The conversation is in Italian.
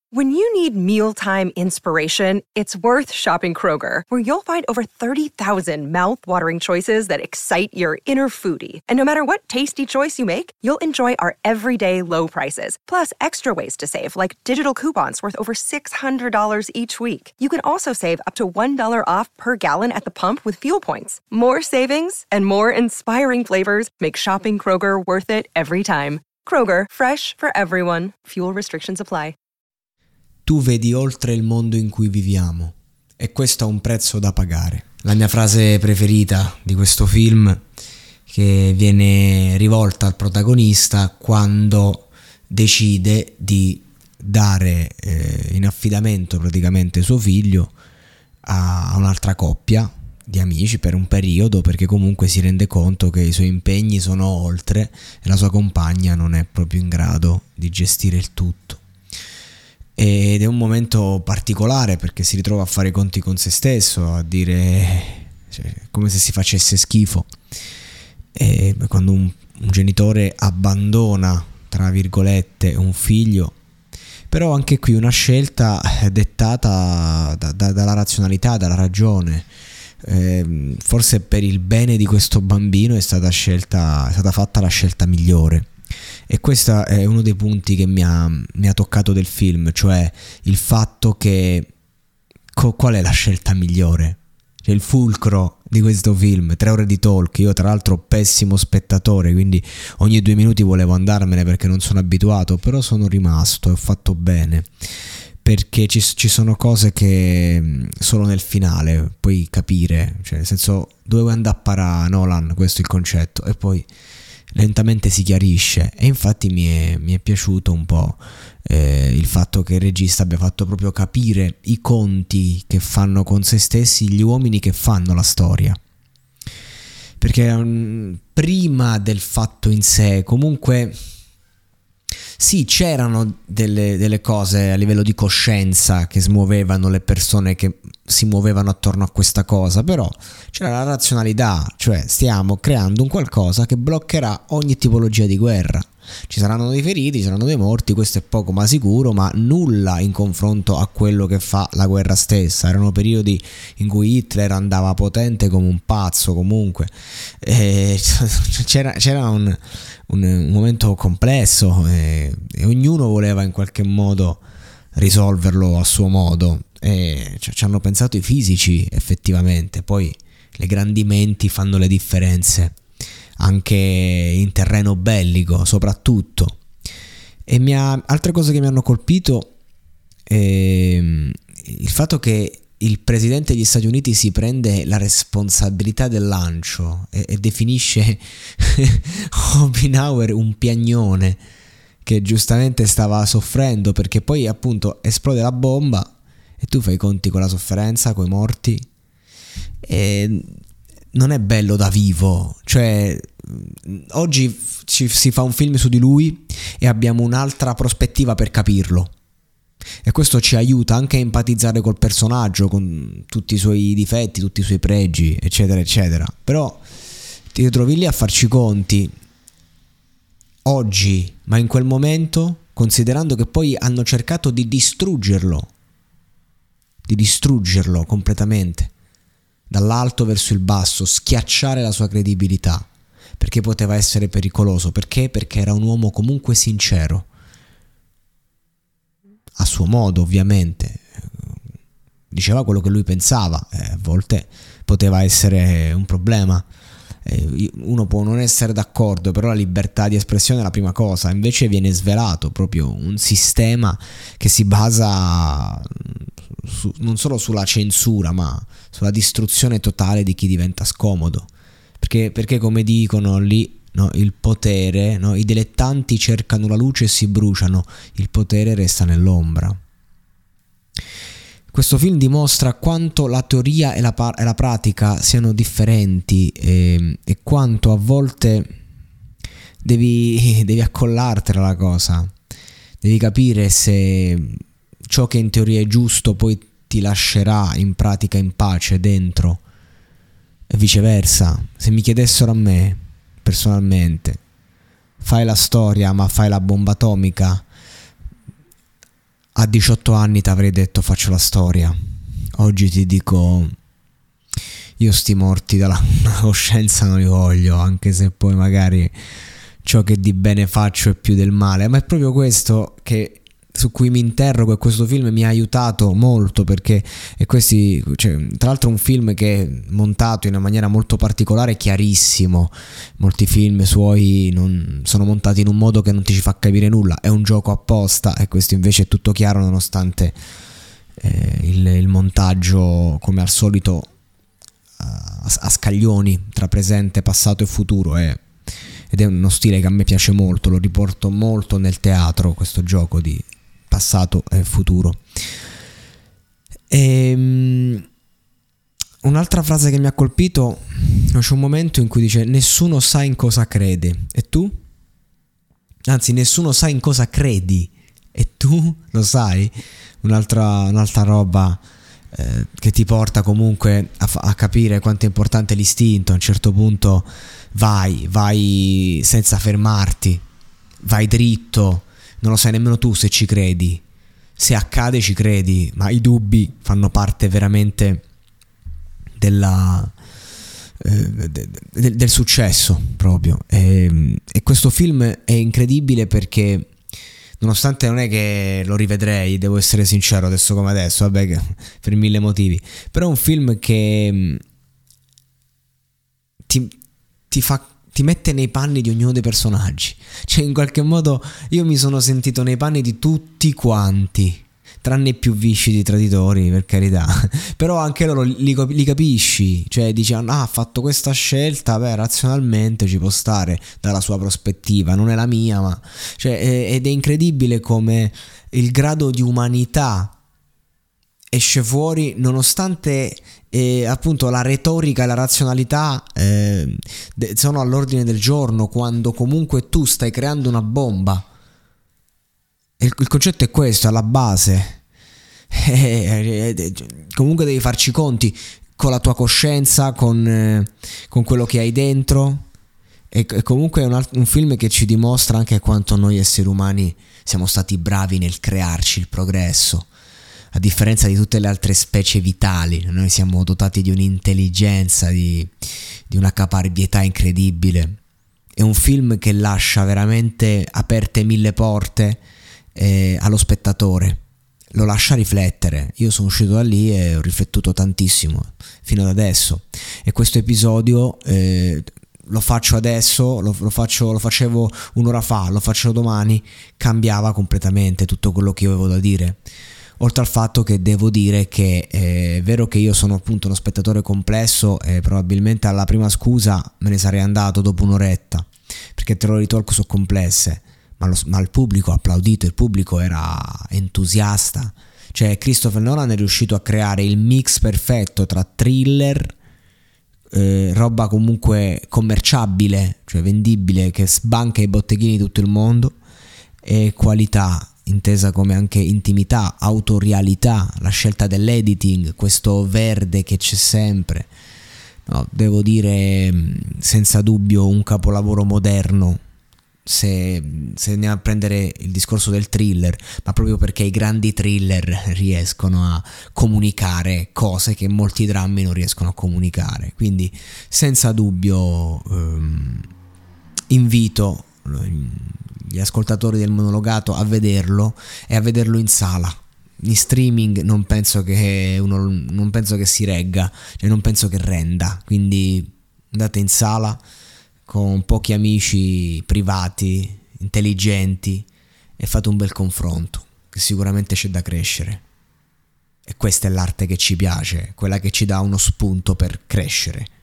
When you need mealtime inspiration, it's worth shopping Kroger, where you'll find over 30,000 mouth-watering choices that excite your inner foodie. And no matter what tasty choice you make, you'll enjoy our everyday low prices, plus extra ways to save, like digital coupons worth over $600 each week. You can also save up to $1 off per gallon at the pump with fuel points. More savings and more inspiring flavors make shopping Kroger worth it every time. Kroger, fresh for everyone. Fuel restrictions apply. Tu vedi oltre il mondo in cui viviamo e questo ha un prezzo da pagare. La mia frase preferita di questo film, che viene rivolta al protagonista quando decide di dare in affidamento praticamente suo figlio a un'altra coppia di amici per un periodo, perché comunque si rende conto che i suoi impegni sono oltre e la sua compagna non è proprio in grado di gestire il tutto. Ed è un momento particolare perché si ritrova a fare i conti con se stesso, a dire, cioè, come se si facesse schifo. E quando un genitore abbandona, tra virgolette, un figlio, però anche qui una scelta dettata dalla razionalità, dalla ragione. Forse per il bene di questo bambino è stata fatta la scelta migliore. E questo è uno dei punti che mi ha toccato del film, cioè il fatto che qual è la scelta migliore? Cioè il fulcro di questo film, 3 ore di talk. Io tra l'altro pessimo spettatore, quindi ogni 2 minuti volevo andarmene perché non sono abituato, però sono rimasto e ho fatto bene, perché ci sono cose che solo nel finale puoi capire, cioè nel senso, dove vuoi andare a parare, Nolan, questo è il concetto, e poi lentamente si chiarisce. E infatti mi è piaciuto un po' il fatto che il regista abbia fatto proprio capire i conti che fanno con se stessi gli uomini che fanno la storia, perché prima del fatto in sé comunque sì, c'erano delle cose a livello di coscienza che smuovevano le persone che si muovevano attorno a questa cosa, però c'era la razionalità, cioè stiamo creando un qualcosa che bloccherà ogni tipologia di guerra. Ci saranno dei feriti, ci saranno dei morti, questo è poco ma sicuro, ma nulla in confronto a quello che fa la guerra stessa. Erano periodi in cui Hitler andava potente come un pazzo comunque, c'era un momento complesso e ognuno voleva in qualche modo risolverlo a suo modo, e ci hanno pensato i fisici effettivamente. Poi le grandi menti fanno le differenze anche in terreno bellico soprattutto. E altre cose che mi hanno colpito è il fatto che il presidente degli Stati Uniti si prende la responsabilità del lancio e definisce Oppenheimer un piagnone che giustamente stava soffrendo, perché poi appunto esplode la bomba e tu fai i conti con la sofferenza, coi morti, e non è bello da vivo. Cioè oggi si fa un film su di lui e abbiamo un'altra prospettiva per capirlo, e questo ci aiuta anche a empatizzare col personaggio, con tutti i suoi difetti, tutti i suoi pregi, eccetera eccetera. Però ti ritrovi lì a farci conti oggi, ma in quel momento, considerando che poi hanno cercato di distruggerlo completamente, dall'alto verso il basso, schiacciare la sua credibilità, perché poteva essere pericoloso. Perché era un uomo comunque sincero, a suo modo ovviamente, diceva quello che lui pensava, a volte poteva essere un problema, uno può non essere d'accordo, però la libertà di espressione è la prima cosa. Invece viene svelato proprio un sistema che si basa non solo sulla censura, ma sulla distruzione totale di chi diventa scomodo, perché come dicono lì, no, il potere, no, i dilettanti cercano la luce e si bruciano, il potere resta nell'ombra. Questo film dimostra quanto la teoria e la pratica siano differenti, e quanto a volte devi accollartela la cosa, devi capire se ciò che in teoria è giusto poi ti lascerà in pratica in pace dentro, e viceversa. Se mi chiedessero a me personalmente, fai la storia ma fai la bomba atomica, a 18 anni ti avrei detto faccio la storia. Oggi ti dico io sti morti dalla coscienza non li voglio, anche se poi magari ciò che di bene faccio è più del male. Ma è proprio questo su cui mi interrogo, e questo film mi ha aiutato molto, perché tra l'altro un film che è montato in una maniera molto particolare, chiarissimo. Molti film suoi sono montati in un modo che non ti ci fa capire nulla, è un gioco apposta, e questo invece è tutto chiaro, nonostante il montaggio come al solito a scaglioni tra presente, passato e futuro, ed è uno stile che a me piace molto, lo riporto molto nel teatro, questo gioco di passato e futuro. Un'altra frase che mi ha colpito, c'è un momento in cui dice nessuno sa in cosa crede, e tu? Anzi, nessuno sa in cosa credi, e tu lo sai? Un'altra roba che ti porta comunque a capire quanto è importante l'istinto. A un certo punto vai senza fermarti, vai dritto, non lo sai nemmeno tu se ci credi, se accade ci credi, ma i dubbi fanno parte veramente del successo proprio. E questo film è incredibile perché, nonostante non è che lo rivedrei, devo essere sincero adesso come adesso, vabbè, per 1000 motivi, però è un film che ti mette nei panni di ognuno dei personaggi. Cioè, in qualche modo io mi sono sentito nei panni di tutti quanti, tranne i più viscidi traditori, per carità. Però anche loro li capisci, cioè dici ha fatto questa scelta, beh, razionalmente ci può stare dalla sua prospettiva, non è la mia, ma ed è incredibile come il grado di umanità esce fuori, nonostante appunto la retorica e la razionalità sono all'ordine del giorno, quando comunque tu stai creando una bomba. Il concetto è questo, alla base. Comunque devi farci conti con la tua coscienza, con quello che hai dentro. E comunque è un film che ci dimostra anche quanto noi esseri umani siamo stati bravi nel crearci il progresso. A differenza di tutte le altre specie vitali, noi siamo dotati di un'intelligenza, di una caparbietà incredibile. È un film che lascia veramente aperte 1000 porte allo spettatore, lo lascia riflettere. Io sono uscito da lì e ho riflettuto tantissimo fino ad adesso, e questo episodio lo faccio adesso, lo facevo un'ora fa, lo faccio domani, cambiava completamente tutto quello che io avevo da dire. Oltre al fatto che devo dire che è vero che io sono appunto uno spettatore complesso, e probabilmente alla prima scusa me ne sarei andato dopo un'oretta, perché Terror Talk sono complesse, ma il pubblico ha applaudito, il pubblico era entusiasta. Cioè Christopher Nolan è riuscito a creare il mix perfetto tra thriller, roba comunque commerciabile, cioè vendibile, che sbanca i botteghini di tutto il mondo, e qualità intesa come anche intimità, autorialità, la scelta dell'editing, questo verde che c'è sempre. No, devo dire senza dubbio un capolavoro moderno, se andiamo a prendere il discorso del thriller, ma proprio perché i grandi thriller riescono a comunicare cose che molti drammi non riescono a comunicare. Quindi senza dubbio invito gli ascoltatori del monologato a vederlo, e a vederlo in sala. In streaming non penso che si regga, cioè non penso che renda, quindi andate in sala con pochi amici privati, intelligenti, e fate un bel confronto, che sicuramente c'è da crescere. E questa è l'arte che ci piace, quella che ci dà uno spunto per crescere.